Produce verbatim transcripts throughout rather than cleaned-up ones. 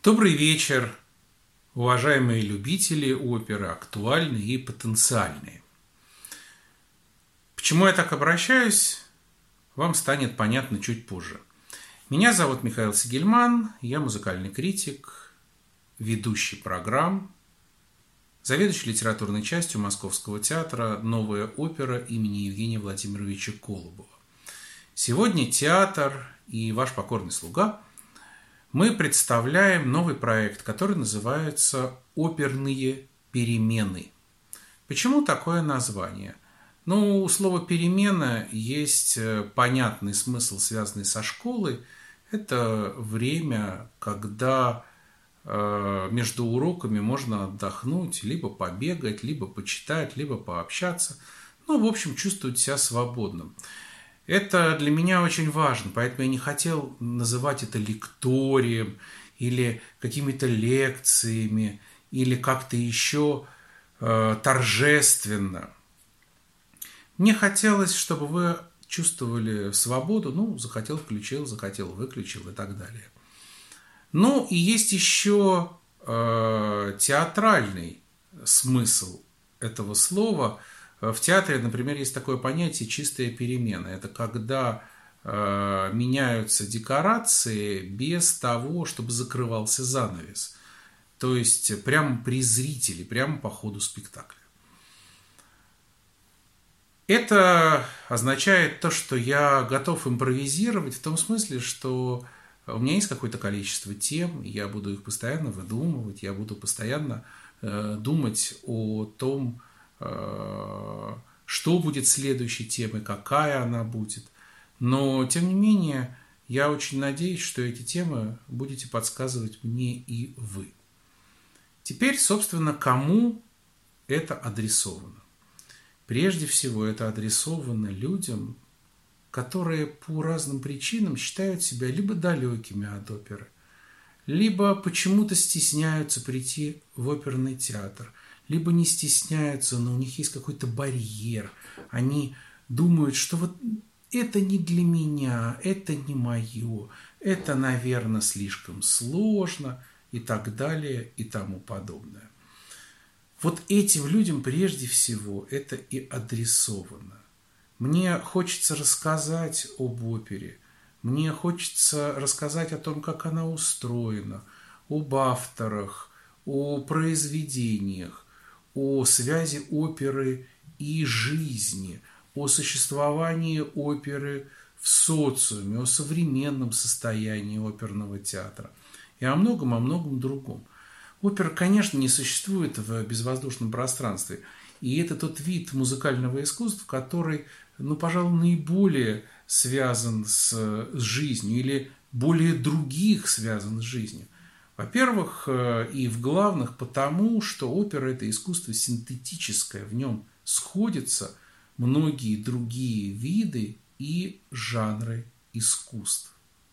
Добрый вечер, уважаемые любители оперы, актуальные и потенциальные. Почему я так обращаюсь, вам станет понятно чуть позже. Меня зовут Михаил Сигельман, я музыкальный критик, ведущий программ, заведующий литературной частью Московского театра «Новая опера» имени Евгения Владимировича Колобова. Сегодня театр и ваш покорный слуга мы представляем новый проект, который называется «Оперные перемены». Почему такое название? Ну, у слова «перемена» есть понятный смысл, связанный со школой. Это время, когда э, между уроками можно отдохнуть, либо побегать, либо почитать, либо пообщаться. Ну, в общем, чувствовать себя свободным. Это для меня очень важно, поэтому я не хотел называть это лекторием или какими-то лекциями или как-то еще э, торжественно. Мне хотелось, чтобы вы чувствовали свободу, ну, захотел включил, захотел выключил и так далее. Ну, и есть еще э, театральный смысл этого слова. В театре, например, есть такое понятие «чистая перемена». Это когда э, меняются декорации без того, чтобы закрывался занавес. То есть прямо при зрителе, прямо по ходу спектакля. Это означает то, что я готов импровизировать в том смысле, что у меня есть какое-то количество тем, я буду их постоянно выдумывать, я буду постоянно э, думать о том, что будет следующей темой, какая она будет. Но, тем не менее, я очень надеюсь, что эти темы будете подсказывать мне и вы. Теперь, собственно, кому это адресовано? Прежде всего, это адресовано людям, которые по разным причинам считают себя либо далекими от оперы, либо почему-то стесняются прийти в оперный театр, либо не стесняются, но у них есть какой-то барьер. Они думают, что вот это не для меня, это не мое, это, наверное, слишком сложно и так далее и тому подобное. Вот этим людям прежде всего это и адресовано. Мне хочется рассказать об опере, мне хочется рассказать о том, как она устроена, об авторах, о произведениях, о связи оперы и жизни, о существовании оперы в социуме, о современном состоянии оперного театра и о многом, о многом другом. Опера, конечно, не существует в безвоздушном пространстве, и это тот вид музыкального искусства, который, ну, пожалуй, наиболее связан с, с жизнью или более других связан с жизнью. Во-первых, и в главных потому, что опера – это искусство синтетическое, в нем сходятся многие другие виды и жанры искусств.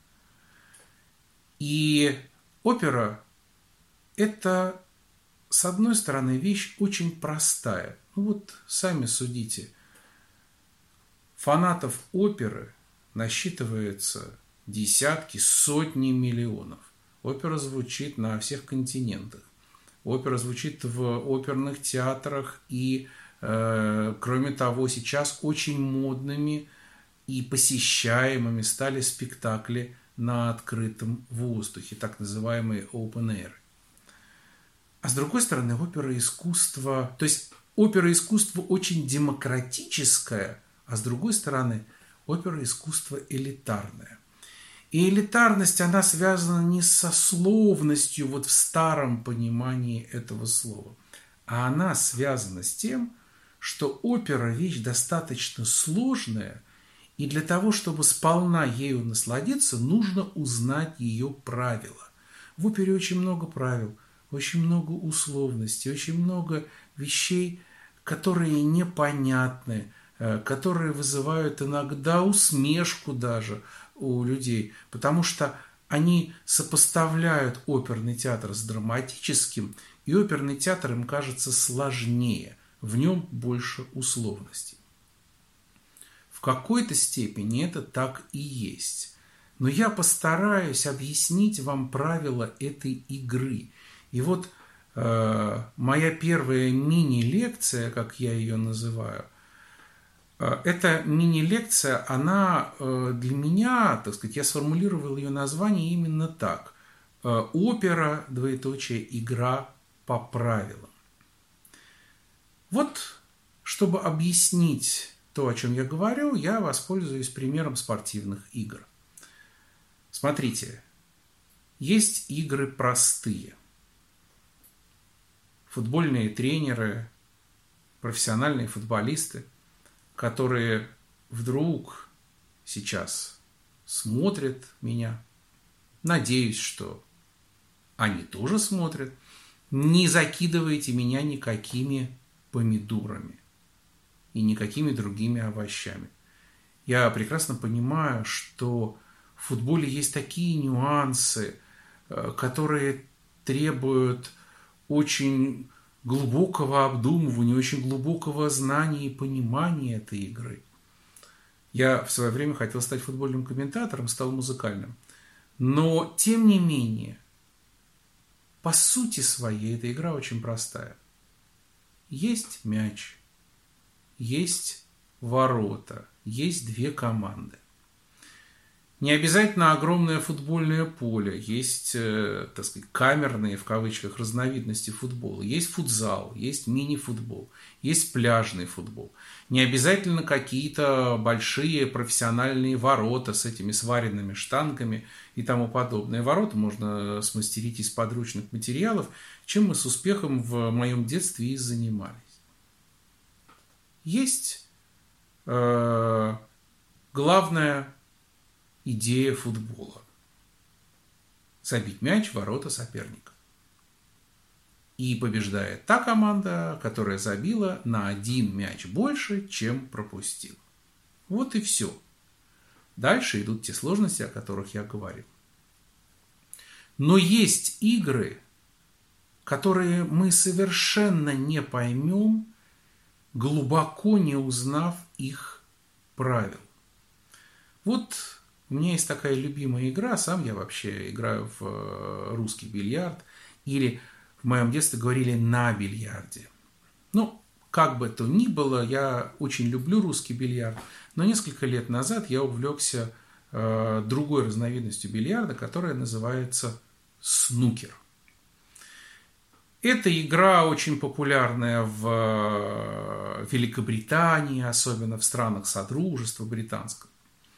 И опера – это, с одной стороны, вещь очень простая. Ну вот, сами судите, фанатов оперы насчитывается десятки, сотни миллионов. Опера звучит на всех континентах. Опера звучит в оперных театрах. И, э, кроме того, сейчас очень модными и посещаемыми стали спектакли на открытом воздухе, так называемые open air. А с другой стороны, опера искусство, то есть опера искусство очень демократическое, а с другой стороны, опера искусство элитарное. И элитарность, она связана не с сословностью вот в старом понимании этого слова, а она связана с тем, что опера – вещь достаточно сложная, и для того, чтобы сполна ею насладиться, нужно узнать ее правила. В опере очень много правил, очень много условностей, очень много вещей, которые непонятны, которые вызывают иногда усмешку даже у людей, потому что они сопоставляют оперный театр с драматическим, и оперный театр им кажется сложнее, в нем больше условностей. В какой-то степени это так и есть. но я постараюсь объяснить вам правила этой игры. И вот э, моя первая мини-лекция, как я ее называю, э, эта мини-лекция, она э, для меня, так сказать, я сформулировал ее название именно так. Э, опера, двоеточие, игра по правилам. Вот, чтобы объяснить то, о чем я говорю, я воспользуюсь примером спортивных игр. Смотрите, есть игры простые. Футбольные тренеры, профессиональные футболисты, которые вдруг сейчас смотрят меня. Надеюсь, что они тоже смотрят. Не закидывайте меня никакими помидорами и никакими другими овощами. Я прекрасно понимаю, что в футболе есть такие нюансы, которые требуют очень глубокого обдумывания, очень глубокого знания и понимания этой игры. Я в свое время хотел стать футбольным комментатором, стал музыкальным. Но, тем не менее, по сути своей, эта игра очень простая. Есть мяч, есть ворота, есть две команды. Не обязательно огромное футбольное поле, есть, э, так сказать, камерные, в кавычках, разновидности футбола. Есть футзал, есть мини-футбол, есть пляжный футбол. Не обязательно какие-то большие профессиональные ворота с этими сваренными штангами и тому подобное. Ворота можно смастерить из подручных материалов, чем мы с успехом в моем детстве и занимались. Есть э, главная идея футбола. Забить мяч в ворота соперника. И побеждает та команда, которая забила на один мяч больше, чем пропустила. Вот и все. Дальше идут те сложности, о которых я говорил. Но есть игры, которые мы совершенно не поймем, глубоко не узнав их правил. Вот у меня есть такая любимая игра, сам я вообще играю в русский бильярд, или в моем детстве говорили на бильярде. Ну, как бы то ни было, я очень люблю русский бильярд, но несколько лет назад я увлекся э, другой разновидностью бильярда, которая называется снукер. Эта игра очень популярная в Великобритании, особенно в странах Содружества Британского.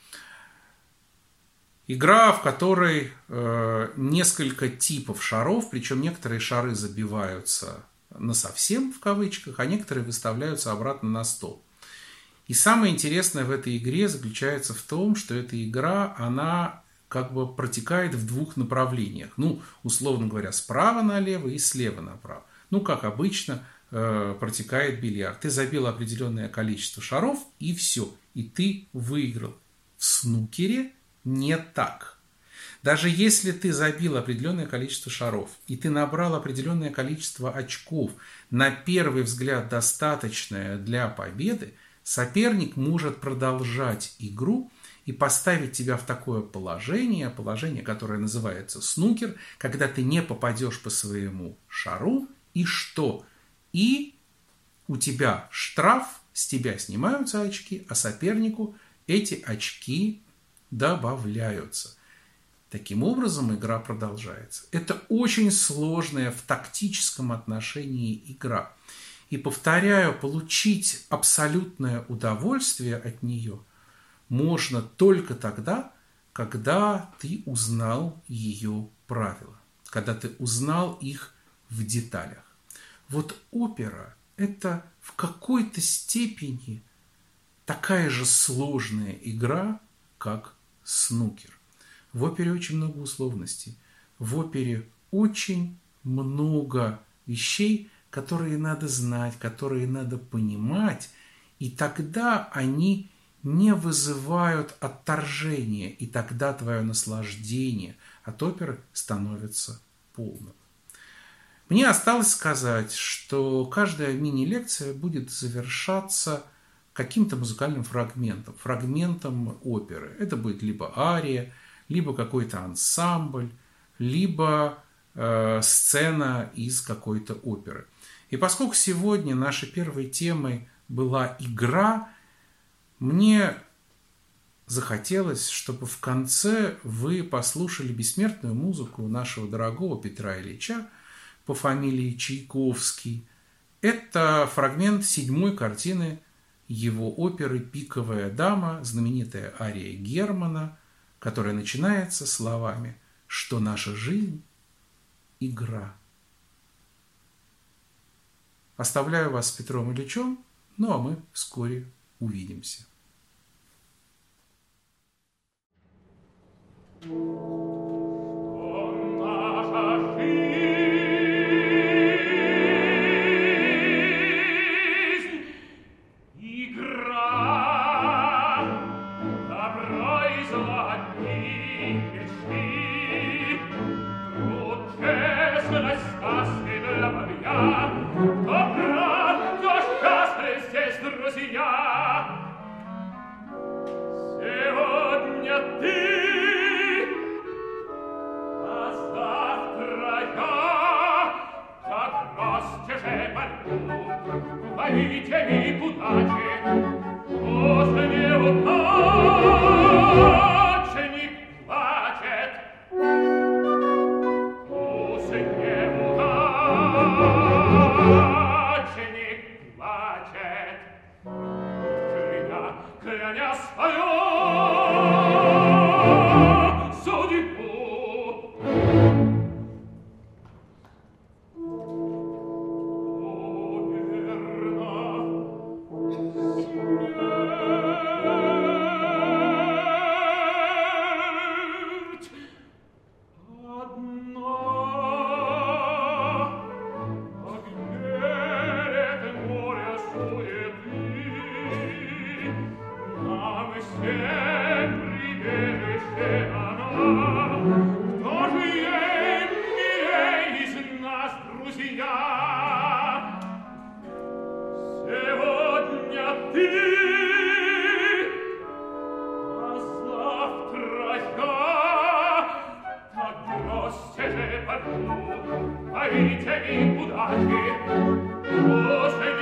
Игра, в которой э, несколько типов шаров, причем некоторые шары забиваются насовсем, в кавычках, а некоторые выставляются обратно на стол. И самое интересное в этой игре заключается в том, что эта игра, она как бы протекает в двух направлениях. Ну, условно говоря, справа налево и слева направо. Ну, как обычно э, протекает бильярд. Ты забил определенное количество шаров, и все. И ты выиграл. В снукере не так. Даже если ты забил определенное количество шаров, и ты набрал определенное количество очков, на первый взгляд достаточное для победы, соперник может продолжать игру и поставить тебя в такое положение, положение, которое называется снукер, когда ты не попадешь по своему шару, и что? И у тебя штраф, с тебя снимаются очки, а сопернику эти очки добавляются. Таким образом, игра продолжается. Это очень сложная в тактическом отношении игра. И, повторяю, получить абсолютное удовольствие от нее можно только тогда, когда ты узнал ее правила, когда ты узнал их в деталях. Вот опера – это в какой-то степени такая же сложная игра, как снукер. В опере очень много условностей. В опере очень много вещей, которые надо знать, которые надо понимать, и тогда они не вызывают отторжения, и тогда твое наслаждение от оперы становится полным. Мне осталось сказать, что каждая мини-лекция будет завершаться каким-то музыкальным фрагментом, фрагментом оперы. Это будет либо ария, либо какой-то ансамбль, либо э, сцена из какой-то оперы. И поскольку сегодня нашей первой темой была игра, мне захотелось, чтобы в конце вы послушали бессмертную музыку нашего дорогого Петра Ильича по фамилии Чайковский. Это фрагмент седьмой картины его оперы «Пиковая дама», знаменитая ария Германа, которая начинается словами, что наша жизнь – игра. Оставляю вас с Петром Ильичем, ну а мы вскоре увидимся. Aiutami, udate, o sei